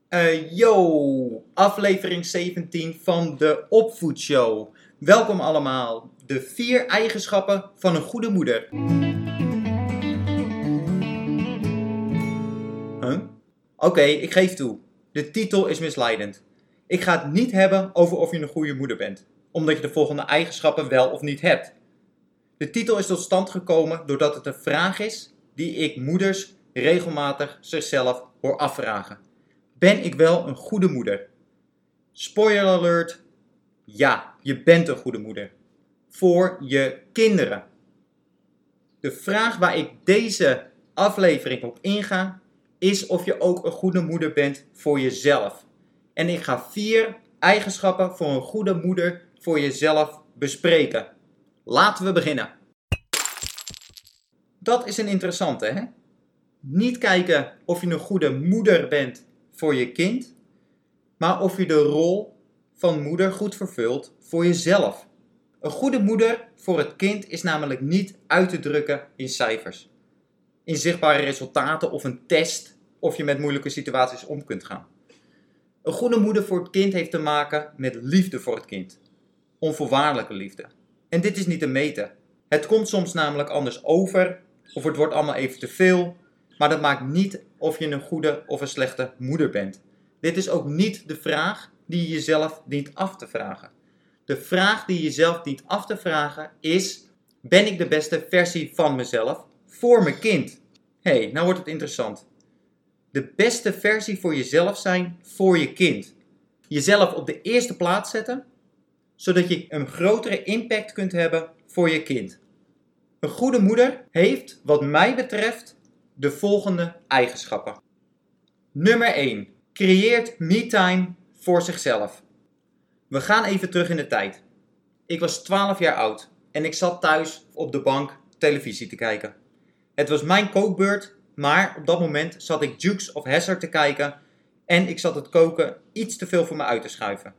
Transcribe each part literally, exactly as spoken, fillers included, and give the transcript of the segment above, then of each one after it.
Uh, yo, aflevering zeventien van de Opvoedshow. Welkom allemaal. De vier eigenschappen van een goede moeder. Huh? Oké, okay, ik geef toe. De titel is misleidend. Ik ga het niet hebben over of je een goede moeder bent, omdat je de volgende eigenschappen wel of niet hebt. De titel is tot stand gekomen doordat het een vraag is die ik moeders regelmatig zichzelf hoor afvragen. Ben ik wel een goede moeder? Spoiler alert, ja, je bent een goede moeder. Voor je kinderen. De vraag waar ik deze aflevering op inga, is of je ook een goede moeder bent voor jezelf. En ik ga vier eigenschappen voor een goede moeder voor jezelf bespreken. Laten we beginnen. Dat is een interessante, hè? Niet kijken of je een goede moeder bent voor je kind, maar of je de rol van moeder goed vervult voor jezelf. Een goede moeder voor het kind is namelijk niet uit te drukken in cijfers, in zichtbare resultaten of een test of je met moeilijke situaties om kunt gaan. Een goede moeder voor het kind heeft te maken met liefde voor het kind, onvoorwaardelijke liefde. En dit is niet te meten. Het komt soms namelijk anders over of het wordt allemaal even te veel. Maar dat maakt niet of je een goede of een slechte moeder bent. Dit is ook niet de vraag die je jezelf dient af te vragen. De vraag die je jezelf dient af te vragen is: ben ik de beste versie van mezelf voor mijn kind? Hé, hey, nou wordt het interessant. De beste versie voor jezelf zijn voor je kind. Jezelf op de eerste plaats zetten, zodat je een grotere impact kunt hebben voor je kind. Een goede moeder heeft, wat mij betreft, de volgende eigenschappen. Nummer één. Creëert me-time voor zichzelf. We gaan even terug in de tijd. Ik was twaalf jaar oud en ik zat thuis op de bank televisie te kijken. Het was mijn kookbeurt, maar op dat moment zat ik Dukes of Hazzard te kijken en ik zat het koken iets te veel voor me uit te schuiven.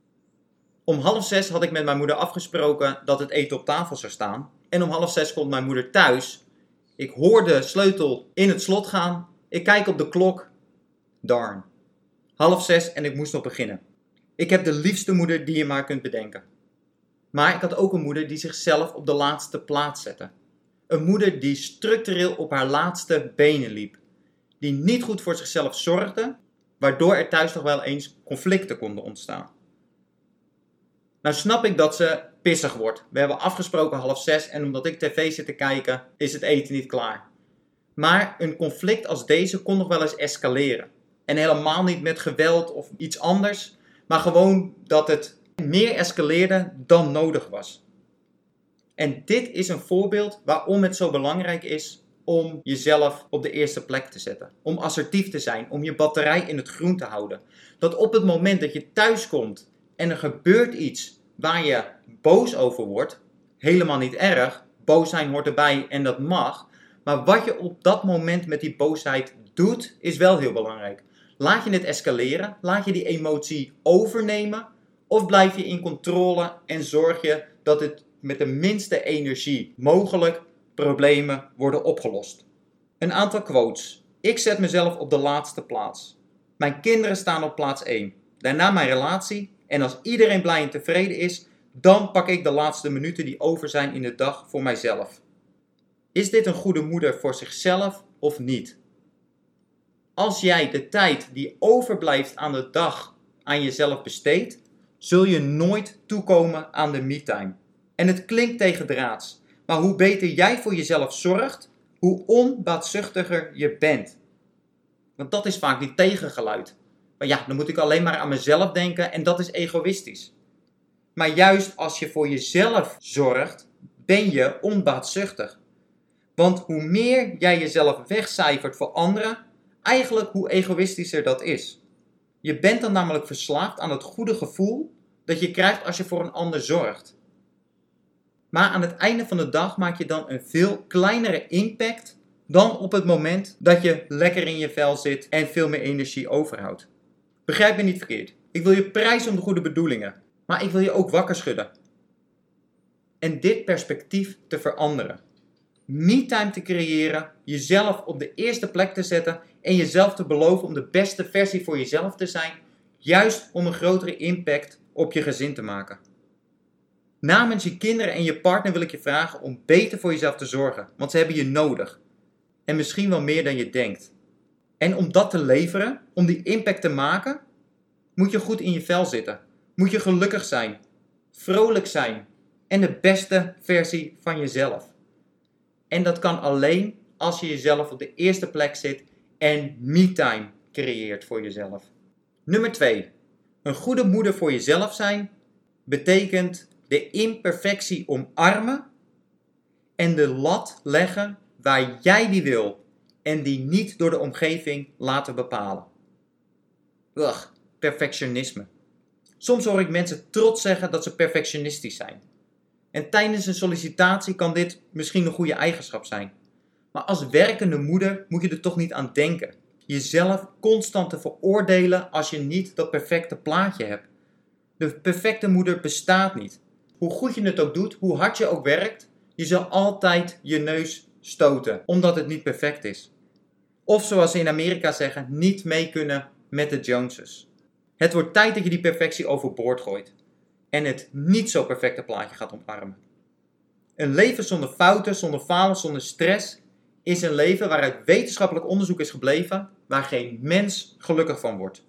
Om half zes had ik met mijn moeder afgesproken dat het eten op tafel zou staan en om half zes komt mijn moeder thuis. Ik hoor de sleutel in het slot gaan. Ik kijk op de klok. Darn. Half zes en ik moest nog beginnen. Ik heb de liefste moeder die je maar kunt bedenken. Maar ik had ook een moeder die zichzelf op de laatste plaats zette. Een moeder die structureel op haar laatste benen liep. Die niet goed voor zichzelf zorgde, waardoor er thuis nog wel eens conflicten konden ontstaan. Nou snap ik dat ze pissig wordt. We hebben afgesproken half zes en omdat ik tv zit te kijken, is het eten niet klaar. Maar een conflict als deze kon nog wel eens escaleren. En helemaal niet met geweld of iets anders, maar gewoon dat het meer escaleerde dan nodig was. En dit is een voorbeeld waarom het zo belangrijk is om jezelf op de eerste plek te zetten. Om assertief te zijn, om je batterij in het groen te houden. Dat op het moment dat je thuis komt en er gebeurt iets waar je boos over wordt, helemaal niet erg. Boos zijn hoort erbij en dat mag. Maar wat je op dat moment met die boosheid doet, is wel heel belangrijk. Laat je het escaleren? Laat je die emotie overnemen? Of blijf je in controle en zorg je dat het met de minste energie mogelijk problemen worden opgelost? Een aantal quotes. Ik zet mezelf op de laatste plaats. Mijn kinderen staan op plaats één. Daarna mijn relatie. En als iedereen blij en tevreden is, dan pak ik de laatste minuten die over zijn in de dag voor mijzelf. Is dit een goede moeder voor zichzelf of niet? Als jij de tijd die overblijft aan de dag aan jezelf besteedt, zul je nooit toekomen aan de me-time. En het klinkt tegendraads, maar hoe beter jij voor jezelf zorgt, hoe onbaatzuchtiger je bent. Want dat is vaak die tegengeluid. Maar ja, dan moet ik alleen maar aan mezelf denken en dat is egoïstisch. Maar juist als je voor jezelf zorgt, ben je onbaatzuchtig. Want hoe meer jij jezelf wegcijfert voor anderen, eigenlijk hoe egoïstischer dat is. Je bent dan namelijk verslaafd aan het goede gevoel dat je krijgt als je voor een ander zorgt. Maar aan het einde van de dag maak je dan een veel kleinere impact dan op het moment dat je lekker in je vel zit en veel meer energie overhoudt. Begrijp me niet verkeerd. Ik wil je prijzen om de goede bedoelingen, maar ik wil je ook wakker schudden. En dit perspectief te veranderen. Me-time te creëren, jezelf op de eerste plek te zetten en jezelf te beloven om de beste versie voor jezelf te zijn, juist om een grotere impact op je gezin te maken. Namens je kinderen en je partner wil ik je vragen om beter voor jezelf te zorgen, want ze hebben je nodig. En misschien wel meer dan je denkt. En om dat te leveren, om die impact te maken, moet je goed in je vel zitten. Moet je gelukkig zijn, vrolijk zijn en de beste versie van jezelf. En dat kan alleen als je jezelf op de eerste plek zit en me-time creëert voor jezelf. Nummer twee. Een goede moeder voor jezelf zijn betekent de imperfectie omarmen en de lat leggen waar jij die wil en die niet door de omgeving laten bepalen. Ugh, perfectionisme. Soms hoor ik mensen trots zeggen dat ze perfectionistisch zijn. En tijdens een sollicitatie kan dit misschien een goede eigenschap zijn. Maar als werkende moeder moet je er toch niet aan denken. Jezelf constant te veroordelen als je niet dat perfecte plaatje hebt. De perfecte moeder bestaat niet. Hoe goed je het ook doet, hoe hard je ook werkt, je zal altijd je neus stoten, omdat het niet perfect is. Of zoals ze in Amerika zeggen, niet mee kunnen met de Joneses. Het wordt tijd dat je die perfectie overboord gooit en het niet zo perfecte plaatje gaat omarmen. Een leven zonder fouten, zonder falen, zonder stress is een leven waaruit wetenschappelijk onderzoek is gebleven, waar geen mens gelukkig van wordt.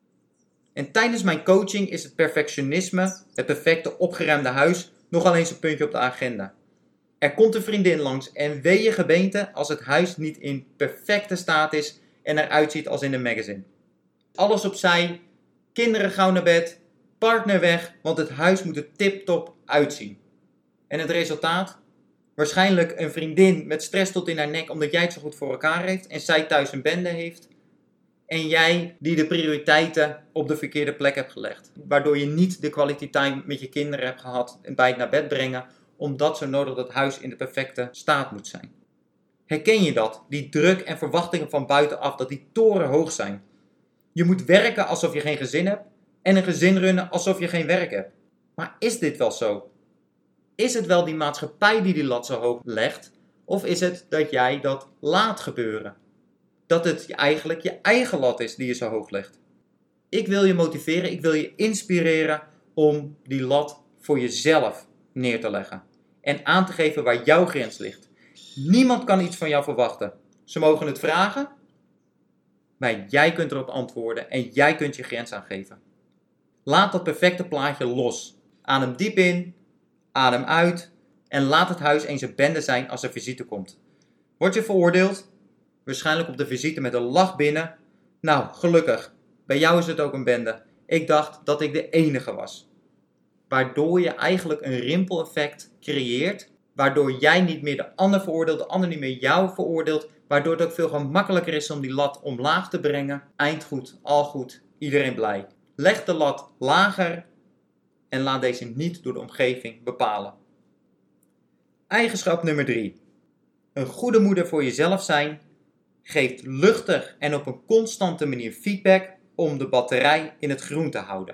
En tijdens mijn coaching is het perfectionisme, het perfecte opgeruimde huis, nogal eens een puntje op de agenda. Er komt een vriendin langs en wee je gebeente als het huis niet in perfecte staat is en eruit ziet als in een magazine. Alles opzij, kinderen gauw naar bed, partner weg, want het huis moet er tip-top uitzien. En het resultaat? Waarschijnlijk een vriendin met stress tot in haar nek omdat jij het zo goed voor elkaar heeft en zij thuis een bende heeft. En jij die de prioriteiten op de verkeerde plek hebt gelegd. Waardoor je niet de quality time met je kinderen hebt gehad bij het naar bed brengen, omdat zo nodig dat huis in de perfecte staat moet zijn. Herken je dat? Die druk en verwachtingen van buitenaf, dat die torenhoog zijn. Je moet werken alsof je geen gezin hebt en een gezin runnen alsof je geen werk hebt. Maar is dit wel zo? Is het wel die maatschappij die die lat zo hoog legt? Of is het dat jij dat laat gebeuren? Dat het eigenlijk je eigen lat is die je zo hoog legt. Ik wil je motiveren, ik wil je inspireren om die lat voor jezelf neer te leggen. En aan te geven waar jouw grens ligt. Niemand kan iets van jou verwachten. Ze mogen het vragen, maar jij kunt erop antwoorden en jij kunt je grens aangeven. Laat dat perfecte plaatje los. Adem diep in, adem uit en laat het huis eens een bende zijn als er visite komt. Word je veroordeeld? Waarschijnlijk op de visite met een lach binnen. Nou, gelukkig. Bij jou is het ook een bende. Ik dacht dat ik de enige was. Waardoor je eigenlijk een rimpeleffect creëert. Waardoor jij niet meer de ander veroordeelt, de ander niet meer jou veroordeelt. Waardoor het ook veel gemakkelijker is om die lat omlaag te brengen. Eind goed, al goed, iedereen blij. Leg de lat lager en laat deze niet door de omgeving bepalen. Eigenschap nummer drie. Een goede moeder voor jezelf zijn geeft luchtig en op een constante manier feedback om de batterij in het groen te houden.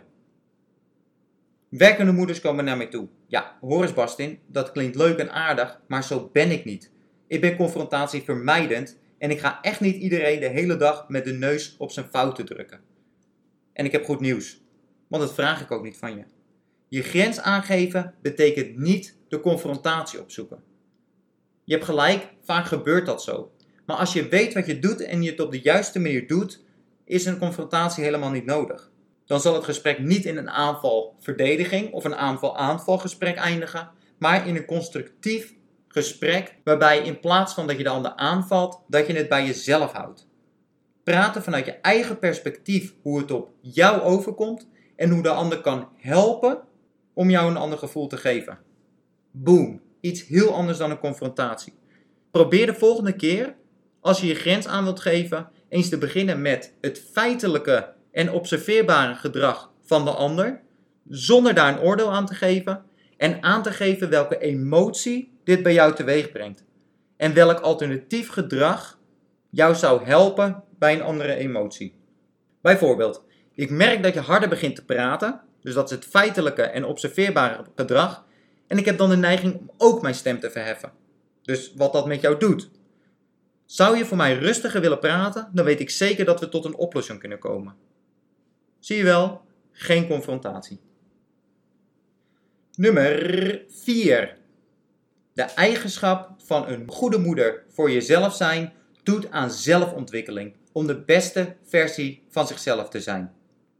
Werkende moeders komen naar mij toe. Ja, hoor eens Bastin, dat klinkt leuk en aardig, maar zo ben ik niet. Ik ben confrontatievermijdend en ik ga echt niet iedereen de hele dag met de neus op zijn fouten drukken. En ik heb goed nieuws, want dat vraag ik ook niet van je. Je grens aangeven betekent niet de confrontatie opzoeken. Je hebt gelijk, vaak gebeurt dat zo. Maar als je weet wat je doet en je het op de juiste manier doet, is een confrontatie helemaal niet nodig. Dan zal het gesprek niet in een aanval-verdediging of een aanval-aanvalgesprek eindigen, maar in een constructief gesprek waarbij in plaats van dat je de ander aanvalt, dat je het bij jezelf houdt. Praten vanuit je eigen perspectief hoe het op jou overkomt en hoe de ander kan helpen om jou een ander gevoel te geven. Boom, iets heel anders dan een confrontatie. Probeer de volgende keer, als je je grens aan wilt geven, eens te beginnen met het feitelijke en observeerbare gedrag van de ander, zonder daar een oordeel aan te geven en aan te geven welke emotie dit bij jou teweeg brengt. En welk alternatief gedrag jou zou helpen bij een andere emotie. Bijvoorbeeld, ik merk dat je harder begint te praten, dus dat is het feitelijke en observeerbare gedrag, en ik heb dan de neiging om ook mijn stem te verheffen. Dus wat dat met jou doet. Zou je voor mij rustiger willen praten, dan weet ik zeker dat we tot een oplossing kunnen komen. Zie je wel, geen confrontatie. Nummer vier. De eigenschap van een goede moeder voor jezelf zijn doet aan zelfontwikkeling om de beste versie van zichzelf te zijn.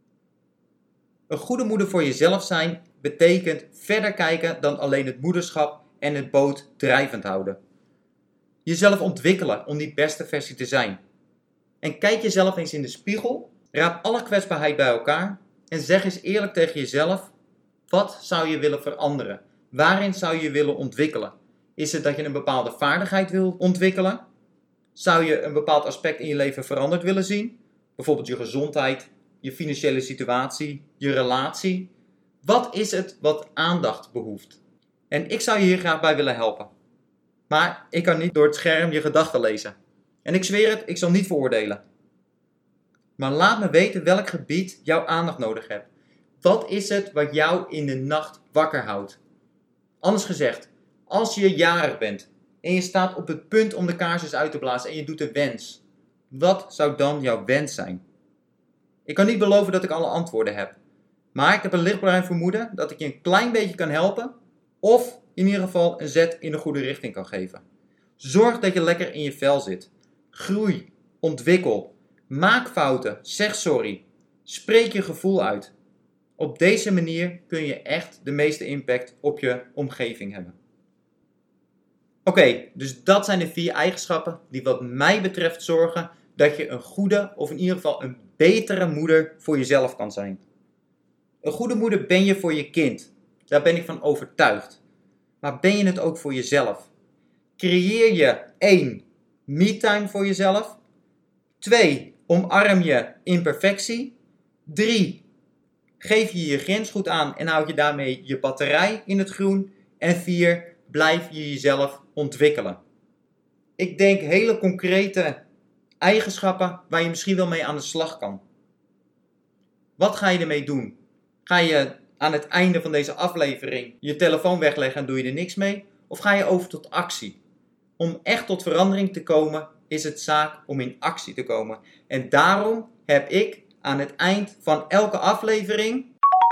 Een goede moeder voor jezelf zijn betekent verder kijken dan alleen het moederschap en het boot drijvend houden. Jezelf ontwikkelen om die beste versie te zijn. En kijk jezelf eens in de spiegel, raap alle kwetsbaarheid bij elkaar en zeg eens eerlijk tegen jezelf, wat zou je willen veranderen? Waarin zou je willen ontwikkelen? Is het dat je een bepaalde vaardigheid wil ontwikkelen? Zou je een bepaald aspect in je leven veranderd willen zien? Bijvoorbeeld je gezondheid, je financiële situatie, je relatie. Wat is het wat aandacht behoeft? En ik zou je hier graag bij willen helpen. Maar ik kan niet door het scherm je gedachten lezen. En ik zweer het, ik zal niet veroordelen. Maar laat me weten welk gebied jouw aandacht nodig hebt. Wat is het wat jou in de nacht wakker houdt? Anders gezegd, als je jarig bent en je staat op het punt om de kaarsjes uit te blazen en je doet een wens. Wat zou dan jouw wens zijn? Ik kan niet beloven dat ik alle antwoorden heb. Maar ik heb een lichtbruin vermoeden dat ik je een klein beetje kan helpen. Of in ieder geval een zet in de goede richting kan geven. Zorg dat je lekker in je vel zit. Groei, ontwikkel, maak fouten, zeg sorry. Spreek je gevoel uit. Op deze manier kun je echt de meeste impact op je omgeving hebben. Oké, okay, dus dat zijn de vier eigenschappen die wat mij betreft zorgen dat je een goede of in ieder geval een betere moeder voor jezelf kan zijn. Een goede moeder ben je voor je kind. Daar ben ik van overtuigd. Maar ben je het ook voor jezelf? Creëer je één me-time voor jezelf. twee Omarm je imperfectie. drie Geef je je grens goed aan en houd je daarmee je batterij in het groen. En vier Blijf je jezelf ontwikkelen. Ik denk hele concrete eigenschappen waar je misschien wel mee aan de slag kan. Wat ga je ermee doen? Ga je aan het einde van deze aflevering je telefoon wegleggen en doe je er niks mee? Of ga je over tot actie? Om echt tot verandering te komen is het zaak om in actie te komen. En daarom heb ik aan het eind van elke aflevering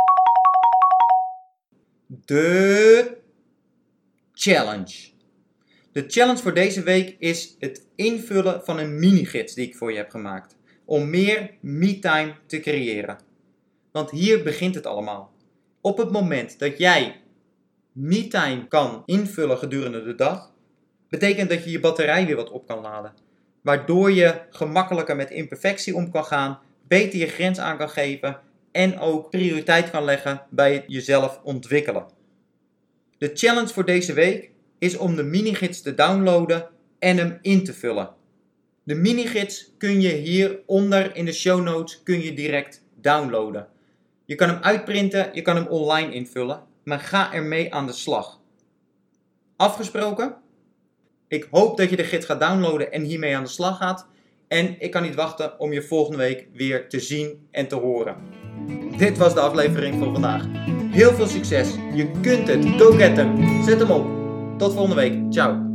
de challenge. De challenge voor deze week is het invullen van een mini-gids die ik voor je heb gemaakt. Om meer me-time te creëren. Want hier begint het allemaal. Op het moment dat jij me-time kan invullen gedurende de dag, betekent dat je je batterij weer wat op kan laden. Waardoor je gemakkelijker met imperfectie om kan gaan, beter je grens aan kan geven en ook prioriteit kan leggen bij het jezelf ontwikkelen. De challenge voor deze week is om de mini-gids te downloaden en hem in te vullen. De mini-gids kun je hieronder in de show notes kun je direct downloaden. Je kan hem uitprinten, je kan hem online invullen, maar ga ermee aan de slag. Afgesproken? Ik hoop dat je de gids gaat downloaden en hiermee aan de slag gaat. En ik kan niet wachten om je volgende week weer te zien en te horen. Dit was de aflevering voor vandaag. Heel veel succes. Je kunt het. Go get them. Zet hem op. Tot volgende week. Ciao.